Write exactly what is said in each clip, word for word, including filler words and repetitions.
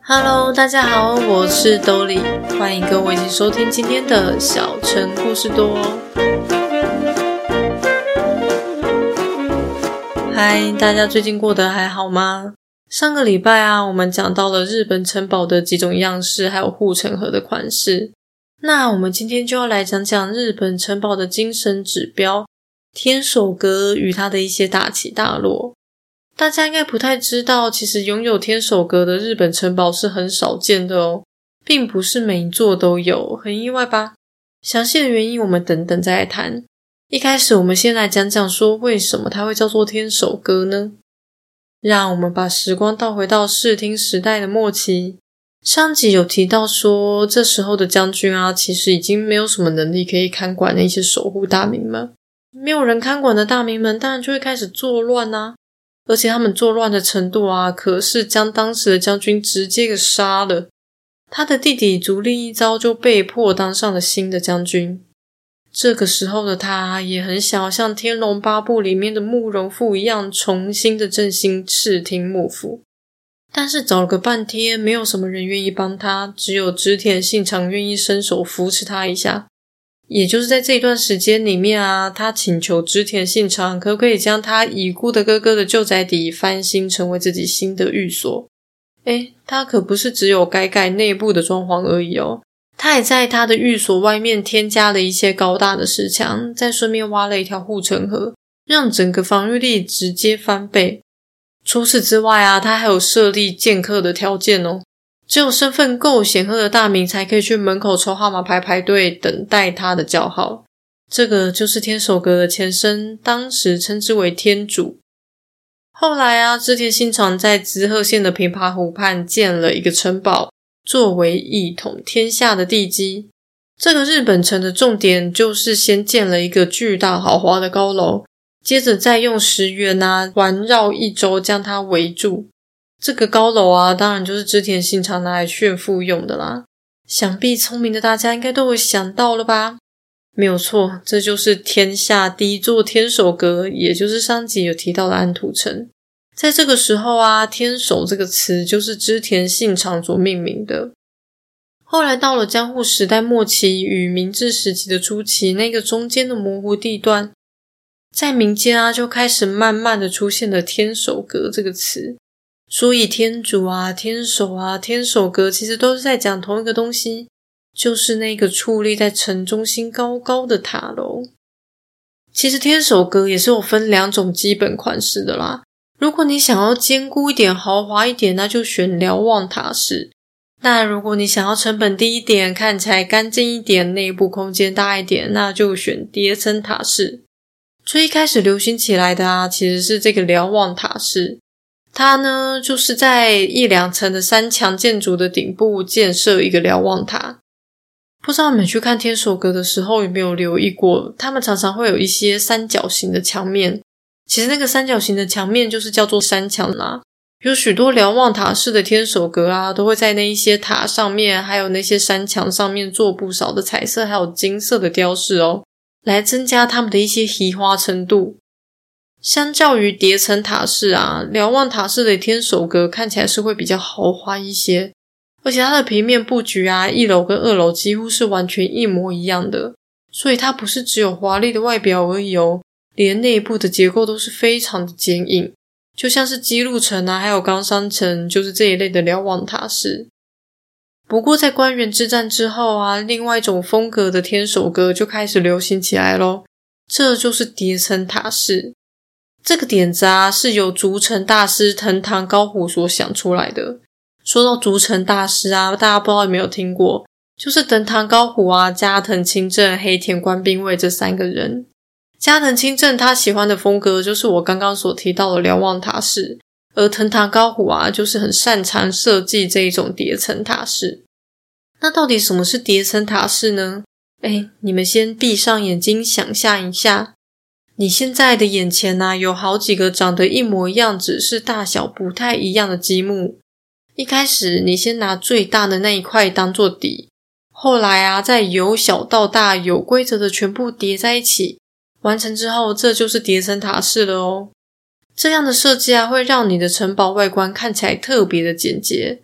Hello， 大家好，我是兜里，欢迎跟我一起收听今天的小城故事多。嗨，大家最近过得还好吗？上个礼拜啊，我们讲到了日本城堡的几种样式，还有护城河的款式。那我们今天就要来讲讲日本城堡的精神指标天守阁与它的一些大起大落。大家应该不太知道，其实拥有天守阁的日本城堡是很少见的哦，并不是每一座都有，很意外吧？详细的原因我们等等再来谈。一开始我们先来讲讲说为什么它会叫做天守阁呢？让我们把时光倒回到室町时代的末期。上集有提到说，这时候的将军啊，其实已经没有什么能力可以看管那些守护大名们。没有人看管的大名们，当然就会开始作乱啊。而且他们作乱的程度啊，可是将当时的将军直接给杀了。他的弟弟足利义昭就被迫当上了新的将军。这个时候的他也很想要像天龙八部里面的慕容复一样，重新的振兴室町幕府。但是找了个半天，没有什么人愿意帮他，只有织田信长愿意伸手扶持他一下。也就是在这一段时间里面啊，他请求织田信长可不可以将他已故的哥哥的旧宅邸翻新成为自己新的寓所。诶，他可不是只有改改内部的装潢而已哦，他也在他的寓所外面添加了一些高大的石墙，再顺便挖了一条护城河，让整个防御力直接翻倍。除此之外啊，他还有设立剑客的条件哦。只有身份够显赫的大名才可以去门口抽号码牌排队等待他的叫号。这个就是天守阁的前身，当时称之为天主。后来啊，织田信长在滋贺县的琵琶湖畔建了一个城堡，作为一统天下的地基。这个日本城的重点就是先建了一个巨大豪华的高楼，接着再用石垣啊环绕一周将它围住。这个高楼啊，当然就是织田信长拿来炫富用的啦。想必聪明的大家应该都有想到了吧？没有错，这就是天下第一座天守阁，也就是上集有提到的安土城。在这个时候啊，天守这个词就是织田信长所命名的。后来到了江户时代末期与明治时期的初期，那个中间的模糊地段，在民间啊就开始慢慢的出现了天守阁这个词。所以天主啊、天守啊、天守阁其实都是在讲同一个东西，就是那个矗立在城中心高高的塔楼。其实天守阁也是有分两种基本款式的啦。如果你想要坚固一点、豪华一点，那就选瞭望塔式。那如果你想要成本低一点、看起来干净一点、内部空间大一点，那就选叠层塔式。最一开始流行起来的啊，其实是这个瞭望塔式。它呢，就是在一两层的三墙建筑的顶部建设一个瞭望塔。不知道你们去看天守阁的时候有没有留意过，他们常常会有一些三角形的墙面。其实那个三角形的墙面就是叫做山墙啦。有许多瞭望塔式的天守阁啊，都会在那一些塔上面，还有那些山墙上面做不少的彩色还有金色的雕饰哦，来增加他们的一些奇花程度。相较于叠层塔式啊，瞭望塔式的天守阁看起来是会比较豪华一些，而且它的平面布局啊，一楼跟二楼几乎是完全一模一样的，所以它不是只有华丽的外表而已哦，连内部的结构都是非常的坚硬，就像是姬路城啊，还有冈山城，就是这一类的瞭望塔式。不过在关原之战之后啊，另外一种风格的天守阁就开始流行起来咯，这就是叠层塔式。这个点子啊，是由筑城大师藤堂高虎所想出来的。说到筑城大师啊，大家不知道有没有听过，就是藤堂高虎啊、加藤清正、黑田官兵卫这三个人。加藤清正他喜欢的风格就是我刚刚所提到的瞭望塔式，而藤堂高虎啊，就是很擅长设计这一种叠层塔式。那到底什么是叠层塔式呢？诶，你们先闭上眼睛想象一下。你现在的眼前啊，有好几个长得一模一样，只是大小不太一样的积木。一开始你先拿最大的那一块当做底，后来啊，再由小到大有规则的全部叠在一起，完成之后，这就是叠层塔式了哦。这样的设计啊，会让你的城堡外观看起来特别的简洁，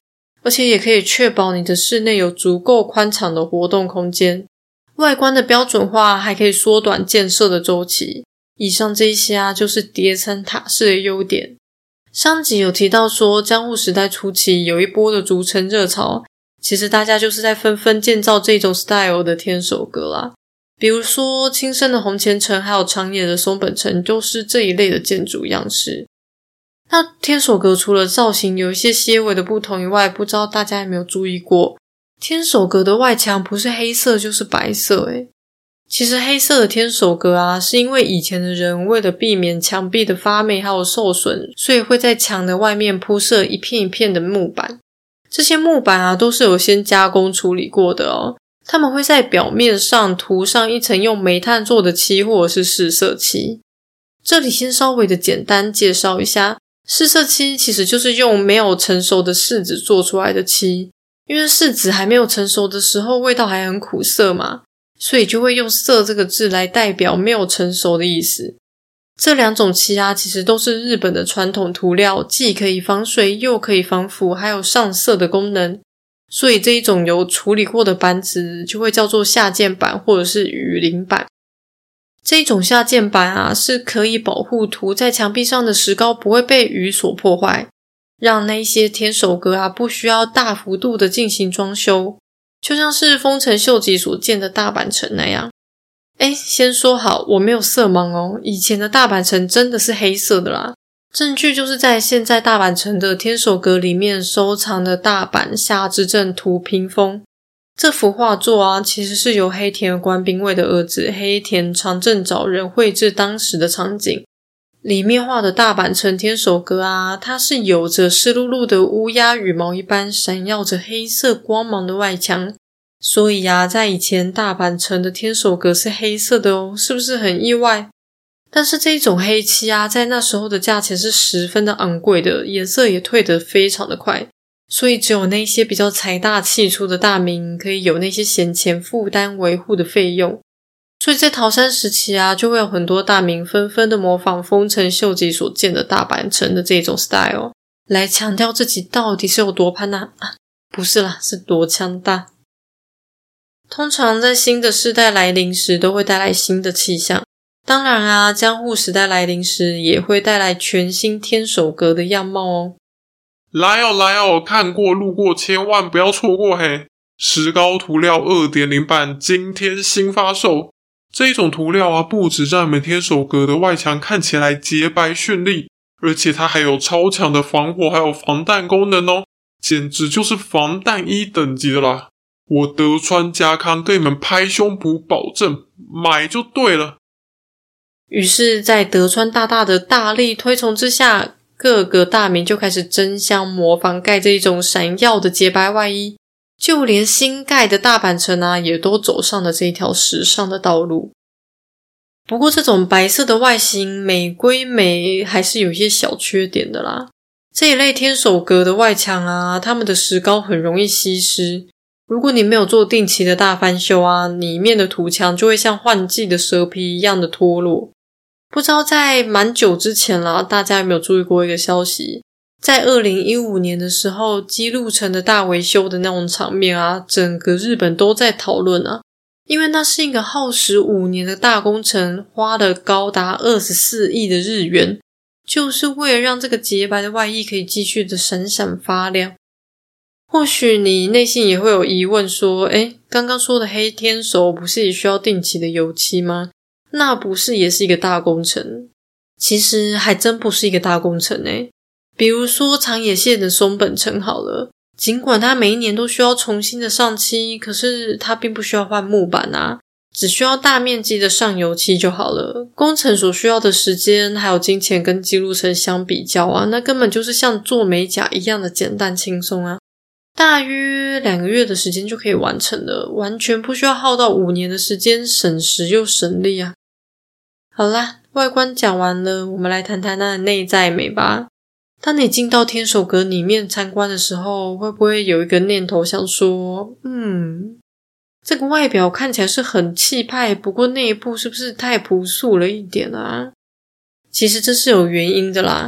而且也可以确保你的室内有足够宽敞的活动空间。外观的标准化还可以缩短建设的周期。以上这一些啊，就是叠层塔式的优点。上集有提到说，江户时代初期有一波的逐层热潮，其实大家就是在纷纷建造这种 style 的天守阁啦。比如说青森的红前城还有长野的松本城就是这一类的建筑样式。那天守阁除了造型有一些些微的不同以外，不知道大家有没有注意过，天守阁的外墙不是黑色就是白色诶。其实黑色的天守阁啊，是因为以前的人为了避免墙壁的发霉还有受损，所以会在墙的外面铺设一片一片的木板。这些木板啊，都是有先加工处理过的哦。他们会在表面上涂上一层用煤炭做的漆或者是试色漆。这里先稍微的简单介绍一下，试色漆其实就是用没有成熟的柿子做出来的漆，因为柿子还没有成熟的时候味道还很苦涩嘛，所以就会用色这个字来代表没有成熟的意思。这两种漆啊，其实都是日本的传统涂料，既可以防水又可以防腐，还有上色的功能。所以这一种有处理过的板子就会叫做下键板或者是雨淋板。这一种下键板啊，是可以保护涂在墙壁上的石膏不会被雨所破坏，让那些天守阁啊不需要大幅度的进行装修，就像是丰臣秀吉所建的大阪城那样。诶，先说好，我没有色盲哦，以前的大阪城真的是黑色的啦。证据就是在现在大阪城的天守阁里面收藏的大阪夏之阵图屏风。这幅画作啊，其实是由黑田官兵卫的儿子黑田长政找人绘制当时的场景。里面画的大阪城天守阁啊，它是有着湿漉漉的乌鸦羽毛一般闪耀着黑色光芒的外墙。所以啊，在以前大阪城的天守阁是黑色的哦，是不是很意外？但是这一种黑漆啊，在那时候的价钱是十分的昂贵的，颜色也退得非常的快，所以只有那些比较财大气粗的大名可以有那些闲钱负担维护的费用。所以在桃山时期啊，就会有很多大名纷纷的模仿丰臣秀吉所建的大阪城的这种 style， 来强调自己到底是有多攀啊，啊不是啦，是多强大。通常在新的世代来临时，都会带来新的气象。当然啊，江户时代来临时也会带来全新天守阁的样貌哦。 来哦来哦，看过路过千万不要错过嘿！石膏涂料 二点零 版今天新发售。这种涂料啊，不止让你们天守阁的外墙看起来洁白绚丽，而且它还有超强的防火还有防弹功能哦，简直就是防弹衣等级的啦。我德川家康跟你们拍胸脯保证，买就对了。 于是在德川大大的大力推崇之下，各个大名就开始争相模仿盖这一种闪耀的洁白外衣，就连新盖的大阪城啊，也都走上了这一条时尚的道路。不过这种白色的外形美归美，还是有一些小缺点的啦。这一类天守阁的外墙啊，它们的石膏很容易吸湿，如果你没有做定期的大翻修啊，里面的土墙就会像换季的蛇皮一样的脱落。不知道在蛮久之前啦，大家有没有注意过一个消息，在二零一五年的时候，姬路城的大维修的那种场面啊，整个日本都在讨论啊，因为那是一个耗时五年的大工程，花了高达二十四亿的日元，就是为了让这个洁白的外衣可以继续的闪闪发亮。或许你内心也会有疑问说，诶，刚刚说的黑天守不是也需要定期的油漆吗？那不是也是一个大工程？其实还真不是一个大工程诶。比如说长野县的松本城好了，尽管它每一年都需要重新的上漆，可是它并不需要换木板啊，只需要大面积的上油漆就好了。工程所需要的时间还有金钱跟姬路城相比较啊，那根本就是像做美甲一样的简单轻松啊。大约两个月的时间就可以完成了，完全不需要耗到五年的时间，省时又省力啊。好啦，外观讲完了，我们来谈谈它的内在美吧。当你进到天守阁里面参观的时候，会不会有一个念头想说，嗯，这个外表看起来是很气派，不过内部是不是太朴素了一点啊？其实这是有原因的啦。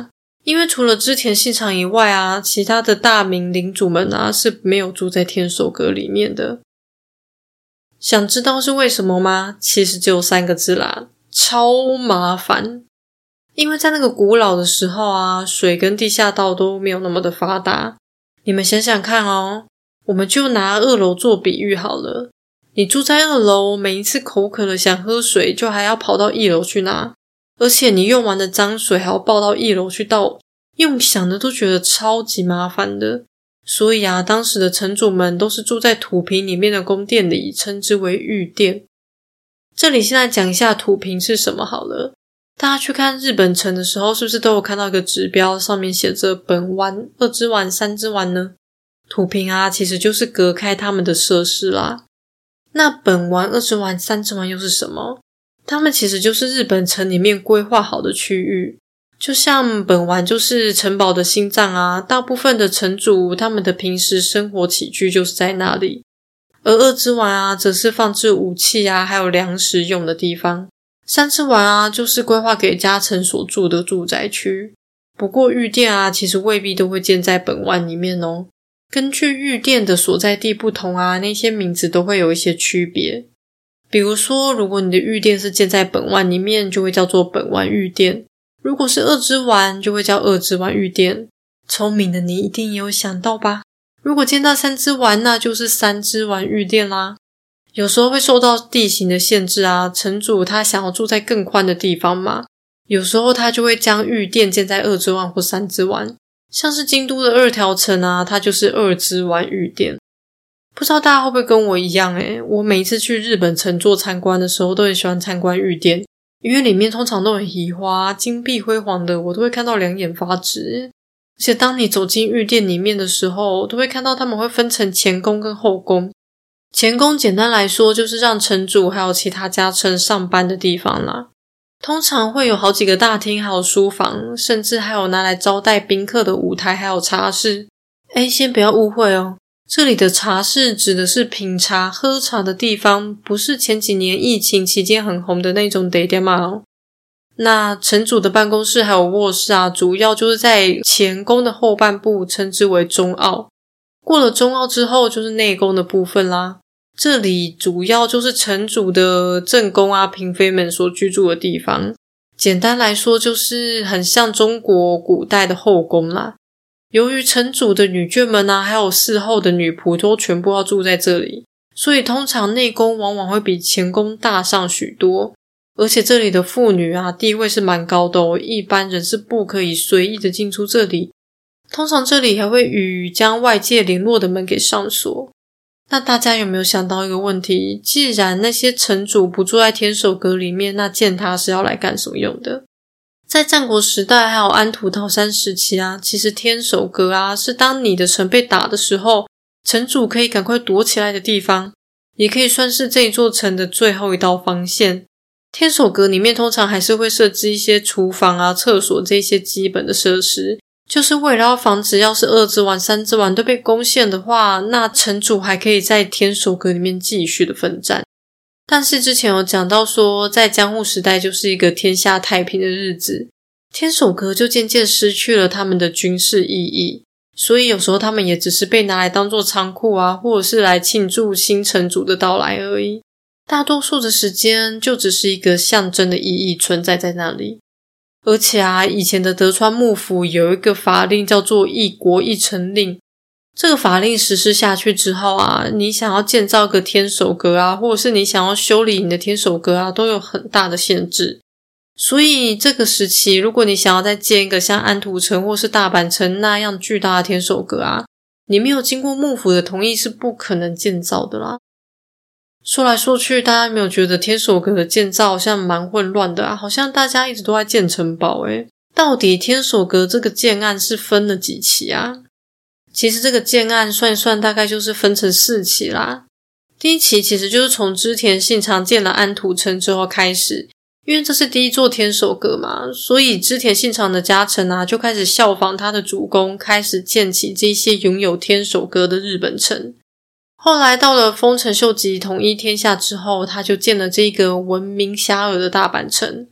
因为除了织田信长以外啊，其他的大名领主们啊是没有住在天守阁里面的。想知道是为什么吗？其实只有三个字啦，超麻烦。因为在那个古老的时候啊，水跟地下道都没有那么的发达。你们想想看哦，我们就拿二楼做比喻好了。你住在二楼，每一次口渴了想喝水，就还要跑到一楼去拿，而且你用完的脏水还要抱到一楼去倒，用想的都觉得超级麻烦的。所以啊，当时的城主们都是住在土坪里面的宫殿里，称之为御殿。这里现在讲一下土坪是什么好了。大家去看日本城的时候，是不是都有看到一个指标，上面写着本丸、二之丸、三之丸呢？土坪啊，其实就是隔开他们的设施啦。那本丸、二之丸、三之丸又是什么？他们其实就是日本城里面规划好的区域。就像本丸就是城堡的心脏啊，大部分的城主他们的平时生活起居就是在那里。而二之丸啊，则是放置武器啊，还有粮食用的地方。三之丸啊，就是规划给家臣所住的住宅区。不过御殿啊，其实未必都会建在本丸里面哦。根据御殿的所在地不同啊，那些名字都会有一些区别。比如说，如果你的御殿是建在本丸里面，就会叫做本丸御殿；如果是二之丸，就会叫二之丸御殿。聪明的你一定也有想到吧？如果建到三之丸，那就是三之丸御殿啦。有时候会受到地形的限制啊，城主他想要住在更宽的地方嘛，有时候他就会将御殿建在二之丸或三之丸。像是京都的二条城啊，它就是二之丸御殿。不知道大家会不会跟我一样诶，我每一次去日本城做参观的时候，都很喜欢参观御殿，因为里面通常都很移花、金碧辉煌的，我都会看到两眼发直。而且当你走进御殿里面的时候，都会看到他们会分成前宫跟后宫。前宫简单来说就是让城主还有其他家臣上班的地方啦，通常会有好几个大厅还有书房，甚至还有拿来招待宾客的舞台还有茶室。诶，先不要误会哦，这里的茶室指的是品茶喝茶的地方，不是前几年疫情期间很红的那种茶店嘛哦。那城主的办公室还有卧室啊，主要就是在前宫的后半部，称之为中奥。过了中奥之后就是内宫的部分啦，这里主要就是城主的正宫啊、嫔妃们所居住的地方。简单来说就是很像中国古代的后宫啦。由于城主的女眷们啊，还有侍候的女仆都全部要住在这里，所以通常内宫往往会比前宫大上许多。而且这里的妇女啊，地位是蛮高的哦，一般人是不可以随意的进出这里。通常这里还会与将外界联络的门给上锁。那大家有没有想到一个问题？既然那些城主不住在天守阁里面，那建它是要来干什么用的？在战国时代还有安土桃山时期啊，其实天守阁啊是当你的城被打的时候，城主可以赶快躲起来的地方，也可以算是这一座城的最后一道防线。天守阁里面通常还是会设置一些厨房啊、厕所这些基本的设施，就是为了要防止要是二之丸、三之丸都被攻陷的话，那城主还可以在天守阁里面继续的奋战。但是之前有讲到说，在江户时代就是一个天下太平的日子，天守阁就渐渐失去了他们的军事意义，所以有时候他们也只是被拿来当作仓库啊，或者是来庆祝新城主的到来而已。大多数的时间就只是一个象征的意义存在在那里。而且啊，以前的德川幕府有一个法令叫做一国一城令，这个法令实施下去之后啊，你想要建造个天守阁啊，或者是你想要修理你的天守阁啊，都有很大的限制。所以这个时期，如果你想要再建一个像安土城或是大阪城那样巨大的天守阁啊，你没有经过幕府的同意是不可能建造的啦。说来说去，大家有没有觉得天守阁的建造好像蛮混乱的啊？好像大家一直都在建城堡诶，到底天守阁这个建案是分了几期啊？其实这个建案算一算大概就是分成四期啦。第一期其实就是从织田信长建了安土城之后开始，因为这是第一座天守阁嘛，所以织田信长的家臣啊就开始效仿他的主公，开始建起这些拥有天守阁的日本城。后来到了丰臣秀吉统一天下之后，他就建了这个闻名遐迩的大阪城。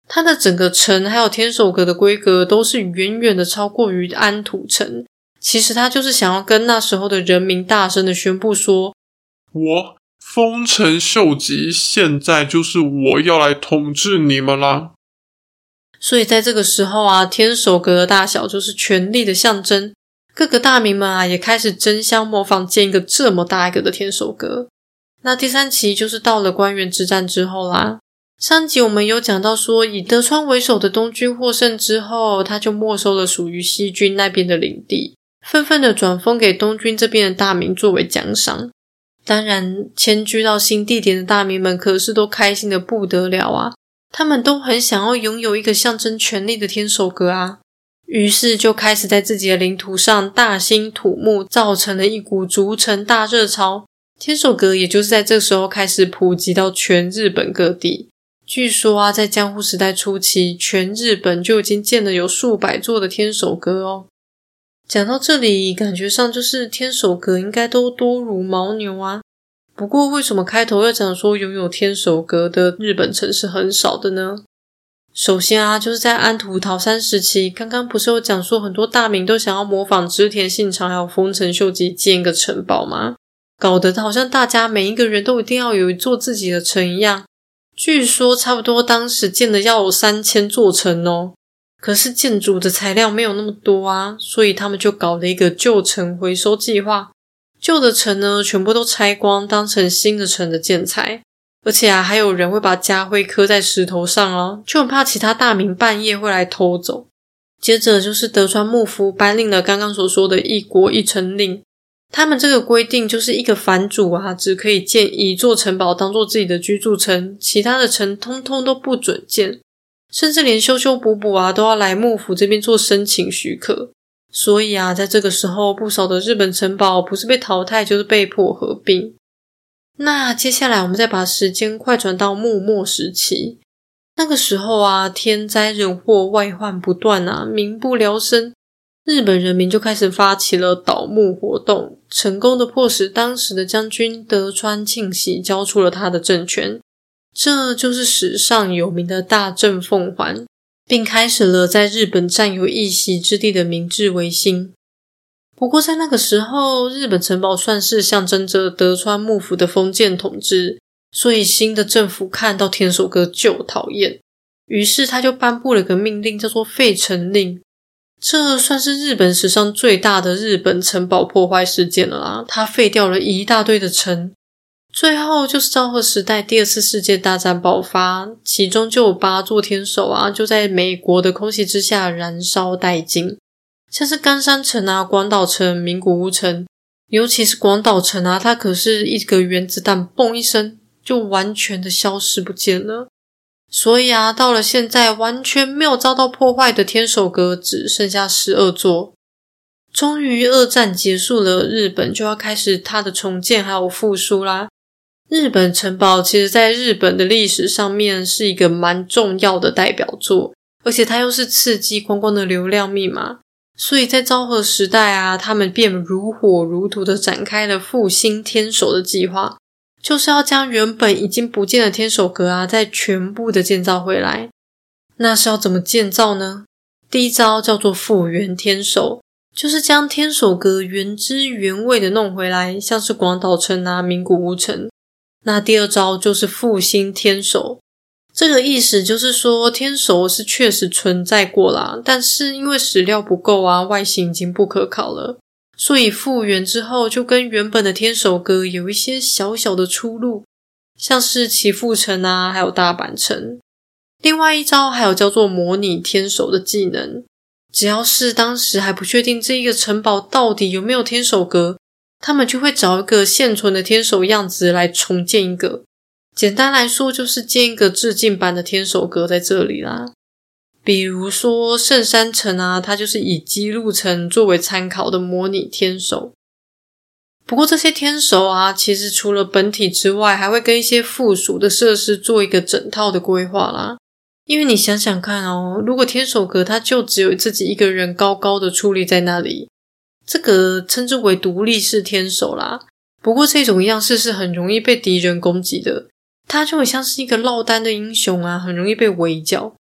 它的整个城还有天守阁的规格都是远远的超过于安土城。其实他就是想要跟那时候的人民大声的宣布说， 我丰臣秀吉现在就是我要来统治你们啦。 所以在这个时候啊，天守阁的大小就是权力的象征，各个大名们啊也开始争相模仿建一个这么大一个的天守阁。那第三期就是到了关原之战之后啦。上一集我们有讲到说，以德川为首的东军获胜之后，他就没收了属于西军那边的领地，纷纷的转封给东军这边的大名作为奖赏。当然迁居到新地点的大名们可是都开心的不得了啊，他们都很想要拥有一个象征权力的天守阁啊，于是就开始在自己的领土上大兴土木，造成了一股筑城大热潮。天守阁也就是在这时候开始普及到全日本各地。据说啊，在江户时代初期，全日本就已经建了有数百座的天守阁哦。讲到这里，感觉上就是天守阁应该都多如牦牛啊。不过为什么开头要讲说拥有天守阁的日本城是很少的呢？首先啊，就是在安土桃山时期，刚刚不是有讲说很多大名都想要模仿织田信长还有丰臣秀吉建一个城堡吗？搞得好像大家每一个人都一定要有一座自己的城一样。据说差不多当时建的要有三千座城哦，可是建筑的材料没有那么多啊，所以他们就搞了一个旧城回收计划。旧的城呢全部都拆光，当成新的城的建材。而且啊，还有人会把家徽刻在石头上哦，就很怕其他大名半夜会来偷走。接着就是德川幕府颁令了刚刚所说的一国一城令。他们这个规定就是一个藩主啊，只可以建一座城堡当做自己的居住城，其他的城通通都不准建，甚至连修修补补啊都要来幕府这边做申请许可。所以啊，在这个时候不少的日本城堡不是被淘汰就是被迫合并。那接下来我们再把时间快转到幕末时期。那个时候啊，天灾人祸外患不断啊，民不聊生。日本人民就开始发起了倒幕活动，成功的迫使当时的将军德川庆喜交出了他的政权，这就是史上有名的大政奉还，并开始了在日本占有一席之地的明治维新。不过在那个时候，日本城堡算是象征着德川幕府的封建统治，所以新的政府看到天守阁就讨厌，于是他就颁布了个命令，叫做废城令。这算是日本史上最大的日本城堡破坏事件了啦，它废掉了一大堆的城。最后就是昭和时代第二次世界大战爆发，其中就有八座天守啊，就在美国的空袭之下燃烧殆尽。像是冈山城啊、广岛城、名古屋城，尤其是广岛城啊，它可是一个原子弹嘣一声就完全的消失不见了。所以啊，到了现在完全没有遭到破坏的天守阁只剩下十二座。终于二战结束了，日本就要开始它的重建还有复苏啦。日本城堡其实在日本的历史上面是一个蛮重要的代表作，而且它又是刺激观光的流量密码，所以在昭和时代啊，他们便如火如荼的展开了复兴天守的计划，就是要将原本已经不见的天守阁啊再全部的建造回来。那是要怎么建造呢？第一招叫做复原天守，就是将天守阁原汁原味的弄回来，像是广岛城啊、名古屋城。那第二招就是复兴天守，这个意思就是说天守是确实存在过啦，但是因为史料不够啊，外形已经不可考了，所以复原之后就跟原本的天守阁有一些小小的出入，像是岐阜城啊，还有大阪城。另外一招还有叫做模拟天守的技能，只要是当时还不确定这一个城堡到底有没有天守阁，他们就会找一个现存的天守样子来重建一个。简单来说就是建一个致敬版的天守阁在这里啦。比如说圣山城啊，它就是以姬路城作为参考的模拟天守。不过这些天守啊，其实除了本体之外，还会跟一些附属的设施做一个整套的规划啦。因为你想想看哦，如果天守阁它就只有自己一个人高高的矗立在那里，这个称之为独立式天守啦。不过这种样式是很容易被敌人攻击的，它就很像是一个落单的英雄啊，很容易被围剿。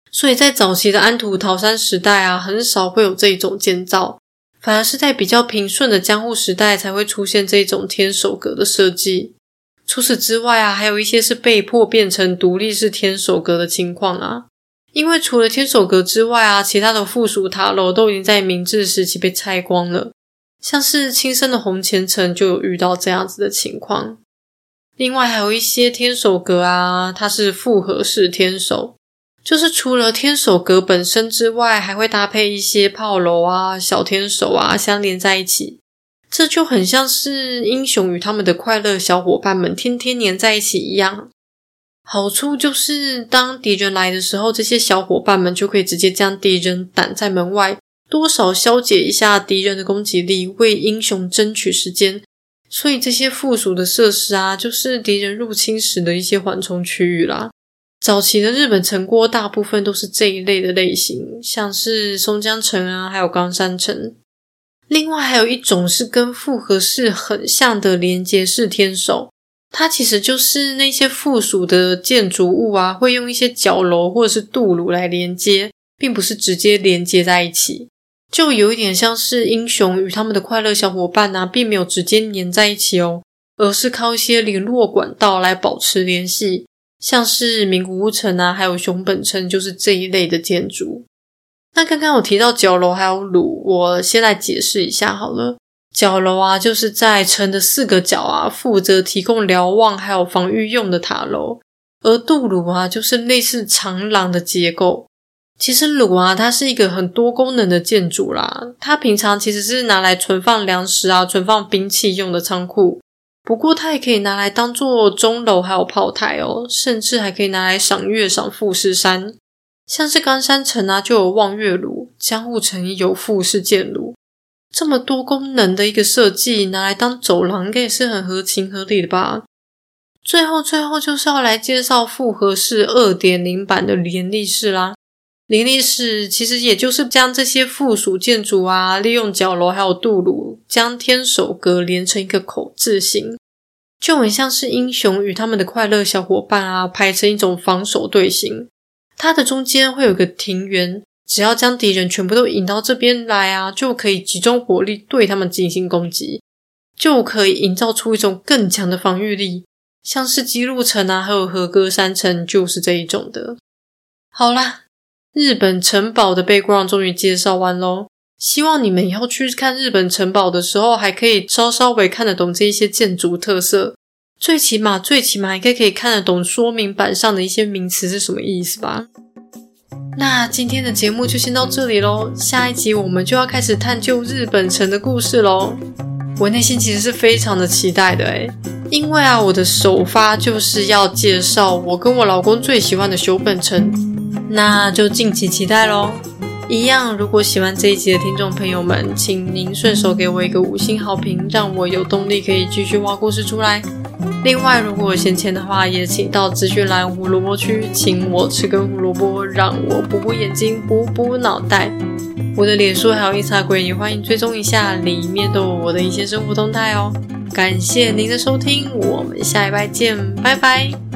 所以在早期的安土桃山时代啊，很少会有这种建造，反而是在比较平顺的江户时代才会出现这种天守阁的设计。除此之外啊，还有一些是被迫变成独立式天守阁的情况啊。因为除了天守阁之外啊，其他的附属塔楼都已经在明治时期被拆光了，像是青森的红前城就有遇到这样子的情况。另外还有一些天守阁啊，它是复合式天守，就是除了天守阁本身之外，还会搭配一些炮楼啊、小天守啊相连在一起，这就很像是英雄与他们的快乐小伙伴们天天黏在一起一样。好处就是当敌人来的时候，这些小伙伴们就可以直接将敌人挡在门外，多少消解一下敌人的攻击力，为英雄争取时间。所以这些附属的设施啊，就是敌人入侵时的一些缓冲区域啦。早期的日本城郭大部分都是这一类的类型，像是松江城啊，还有冈山城。另外还有一种是跟复合式很像的连结式天守，它其实就是那些附属的建筑物啊，会用一些角楼或者是杜鲁来连接，并不是直接连接在一起，就有一点像是英雄与他们的快乐小伙伴啊，并没有直接黏在一起哦，而是靠一些联络管道来保持联系，像是名古屋城啊，还有熊本城就是这一类的建筑。那刚刚有提到角楼还有鲁，我先来解释一下好了。角楼啊，就是在城的四个角啊，负责提供瞭望还有防御用的塔楼，而杜鲁啊，就是类似长廊的结构。其实鲁啊，它是一个很多功能的建筑啦，它平常其实是拿来存放粮食啊、存放兵器用的仓库，不过它也可以拿来当做钟楼还有炮台哦，甚至还可以拿来赏月赏富士山。像是冈山城啊，就有望月炉，江户城也有富士见炉。这么多功能的一个设计，拿来当走廊应该也是很合情合理的吧。最后最后就是要来介绍复合式 二点零 版的联立式啦。联立式其实也就是将这些附属建筑啊，利用角楼还有杜鲁，将天守阁连成一个口字形，就很像是英雄与他们的快乐小伙伴啊，排成一种防守队形。它的中间会有个庭园，只要将敌人全部都引到这边来啊，就可以集中火力对他们进行攻击，就可以营造出一种更强的防御力。像是姬路城啊，还有和歌山城就是这一种的。好啦，日本城堡的 background 终于介绍完咯，希望你们以后去看日本城堡的时候，还可以稍稍微看得懂这一些建筑特色，最起码最起码应该可以看得懂说明板上的一些名词是什么意思吧。那今天的节目就先到这里咯，下一集我们就要开始探究日本城的故事咯。我内心其实是非常的期待的诶，因为啊，我的首发就是要介绍我跟我老公最喜欢的熊本城，那就敬请期待咯。一样，如果喜欢这一集的听众朋友们，请您顺手给我一个五星好评，让我有动力可以继续挖故事出来。另外，如果有闲钱的话，也请到资讯栏胡萝卜区请我吃根胡萝卜，让我补补眼睛，补补脑袋。我的脸书还有 Instagram 也欢迎追踪一下，里面都有我的一些生活动态哦。感谢您的收听，我们下礼拜见，拜拜。